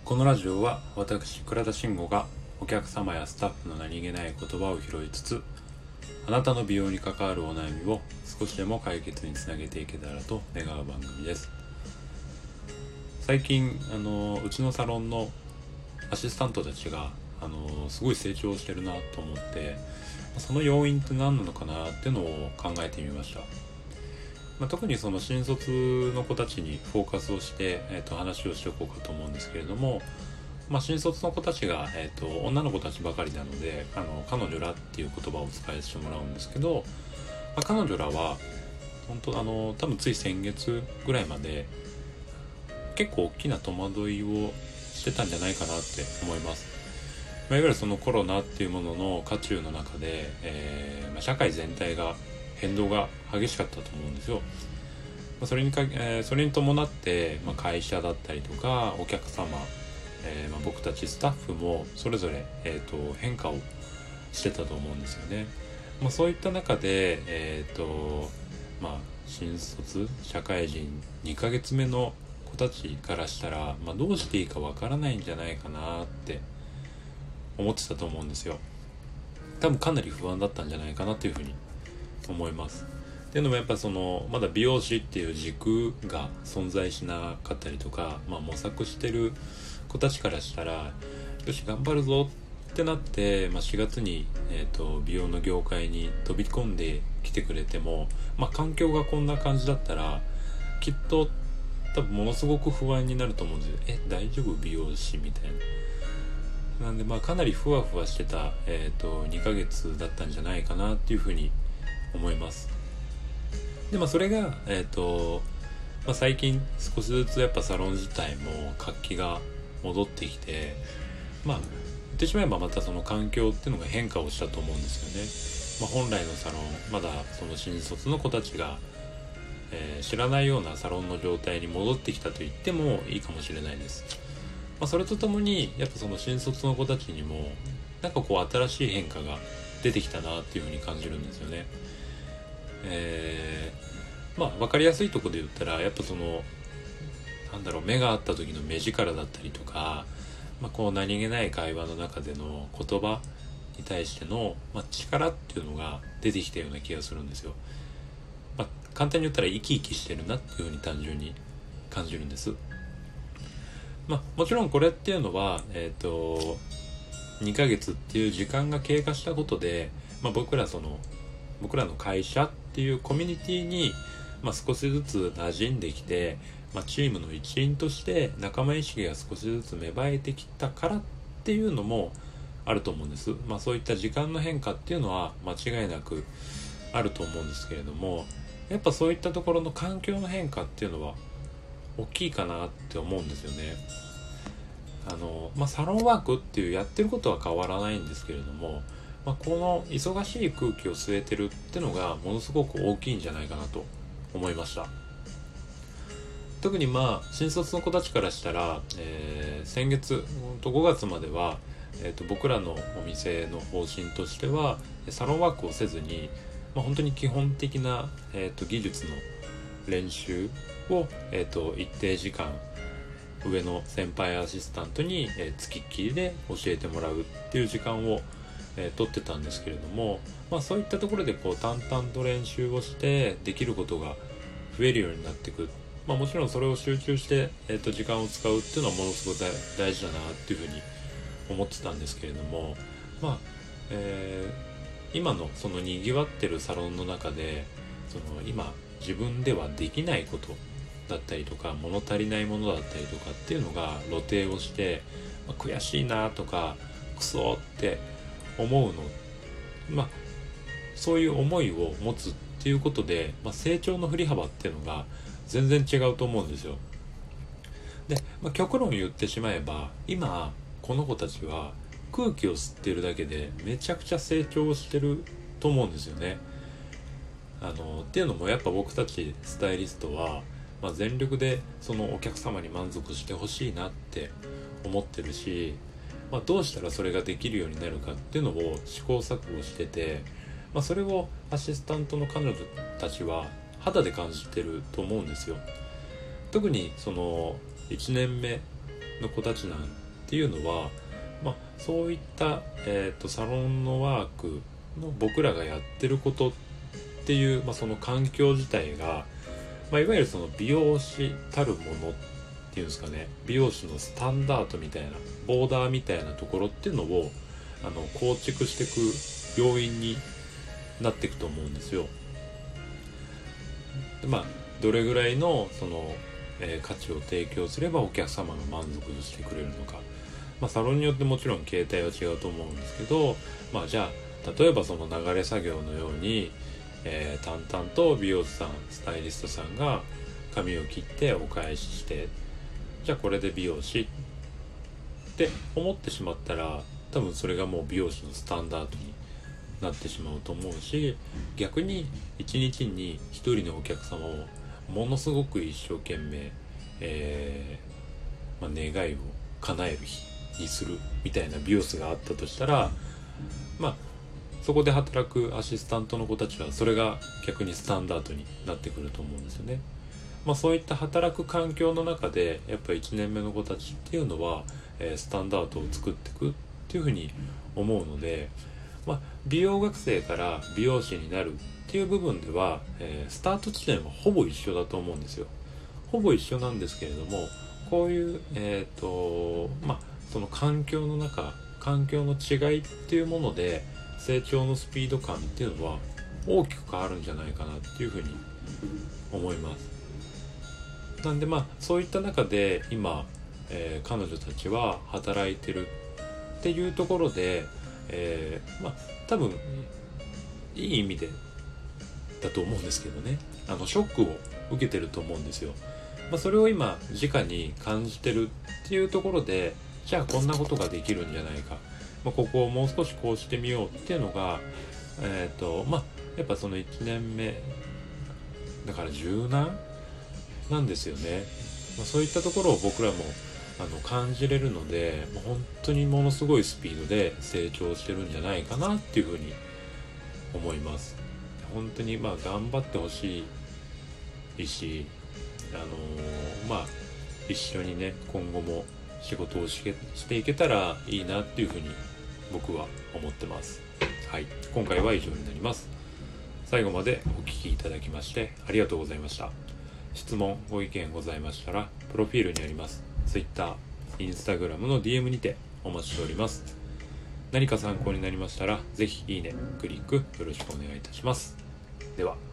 このラジオは私倉田慎吾がお客様やスタッフの何気ない言葉を拾いつつ、あなたの美容に関わるお悩みを少しでも解決につなげていけたらと願う番組です。最近うちのサロンのアシスタントたちがすごい成長してるなと思って、その要因って何なのかなっていうのを考えてみました。特にその新卒の子たちにフォーカスをして、話をしておこうかと思うんですけれども、新卒の子たちが、女の子たちばかりなので彼女らっていう言葉を使わせてもらうんですけど、彼女らは本当多分つい先月ぐらいまで結構大きな戸惑いをしてたんじゃないかなって思います。いわゆるそのコロナっていうものの渦中の中で、社会全体が変動が激しかったと思うんですよ。それに伴って、会社だったりとかお客様、僕たちスタッフもそれぞれ、変化をしてたと思うんですよね。そういった中で、新卒社会人2ヶ月目の子たちからしたら、どうしていいかわからないんじゃないかなって思ってたと思うんですよ。多分かなり不安だったんじゃないかなというふうに思います。っていうのもやっぱまだ美容師っていう軸が存在しなかったりとか、模索してる子たちからしたら、よし頑張るぞってなって、4月に、美容の業界に飛び込んできてくれても、環境がこんな感じだったらきっと多分ものすごく不安になると思うんですよ。大丈夫美容師みたいな。なんでかなりふわふわしてた、2ヶ月だったんじゃないかなっていうふうに思います。でそれが、最近少しずつやっぱサロン自体も活気が戻ってきて、言ってしまえばまたその環境っていうのが変化をしたと思うんですよね。本来のサロン、まだその新卒の子たちが、知らないようなサロンの状態に戻ってきたと言ってもいいかもしれないです。それとともにやっぱその新卒の子たちにもなんかこう新しい変化が出てきたなっていうふうに感じるんですよね。分かりやすいところで言ったらやっぱ目が合った時の目力だったりとか、こう何気ない会話の中での言葉に対しての、力っていうのが出てきたような気がするんですよ。簡単に言ったら生き生きしてるなっていうふうに単純に感じるんです。もちろんこれっていうのは、2ヶ月っていう時間が経過したことで、僕らの会社っていうコミュニティに、少しずつ馴染んできて、チームの一員として仲間意識が少しずつ芽生えてきたからっていうのもあると思うんです。そういった時間の変化っていうのは間違いなくあると思うんですけれども、やっぱそういったところの環境の変化っていうのは大きいかなって思うんですよね。サロンワークっていうやってることは変わらないんですけれども、この忙しい空気を吸えてるってのがものすごく大きいんじゃないかなと思いました。特に新卒の子たちからしたら、先月5月までは、僕らのお店の方針としてはサロンワークをせずに、本当に基本的な、技術の練習を、一定時間上の先輩アシスタントに、付きっきりで教えてもらうっていう時間を、取ってたんですけれども、そういったところでこう淡々と練習をしてできることが増えるようになっていく。もちろんそれを集中して、時間を使うっていうのはものすごく大事だなっていうふうに思ってたんですけれども、今のその賑わってるサロンの中で今自分ではできないことだったりとか物足りないものだったりとかっていうのが露呈をして、悔しいなとかクソって思うの、そういう思いを持つっていうことで、成長の振り幅っていうのが全然違うと思うんですよ。で、極論言ってしまえば今この子たちは空気を吸っているだけでめちゃくちゃ成長してると思うんですよね。っていうのもやっぱ僕たちスタイリストは、全力でそのお客様に満足してほしいなって思ってるし、どうしたらそれができるようになるかっていうのを試行錯誤してて、それをアシスタントの彼女たちは肌で感じてると思うんですよ。特にその1年目の子たちなんていうのは、そういった、サロンのワークの僕らがやってることっていう、その環境自体が、いわゆるその美容師たるものっていうんですかね、美容師のスタンダードみたいなボーダーみたいなところっていうのを構築していく要因になっていくと思うんですよ。でどれぐらいのその、価値を提供すればお客様が満足してくれるのか、サロンによってもちろん形態は違うと思うんですけど、じゃあ例えばその流れ作業のように、淡々と美容師さんスタイリストさんが髪を切ってお返しして、じゃあこれで美容師って思ってしまったら、多分それがもう美容師のスタンダードになってしまうと思うし、逆に一日に一人のお客様をものすごく一生懸命、願いを叶える日にするみたいな美容室があったとしたら、そこで働くアシスタントの子たちはそれが逆にスタンダードになってくると思うんですよね。そういった働く環境の中でやっぱり1年目の子たちっていうのは、スタンダードを作っていくっていうふうに思うので、美容学生から美容師になるっていう部分では、スタート地点はほぼ一緒だと思うんですよ。ほぼ一緒なんですけれども、こういう、その環境の違いっていうもので成長のスピード感っていうのは大きく変わるんじゃないかなっていうふうに思います。なんでそういった中で今、彼女たちは働いてるっていうところで、多分いい意味でだと思うんですけどね、ショックを受けてると思うんですよ。それを今直に感じてるっていうところで、じゃあこんなことができるんじゃないか、ここをもう少しこうしてみようっていうのが、やっぱその1年目だから柔軟なんですよね。そういったところを僕らも感じれるので、本当にものすごいスピードで成長してるんじゃないかなっていうふうに思います。本当に頑張ってほしいし、一緒にね今後も仕事をしていけたらいいなっていうふうに僕は思ってます。はい、今回は以上になります。最後までお聞きいただきましてありがとうございました。質問ご意見ございましたらプロフィールにあります Twitter、Instagram の DM にてお待ちしております。何か参考になりましたらぜひいいね、クリックよろしくお願いいたします。では。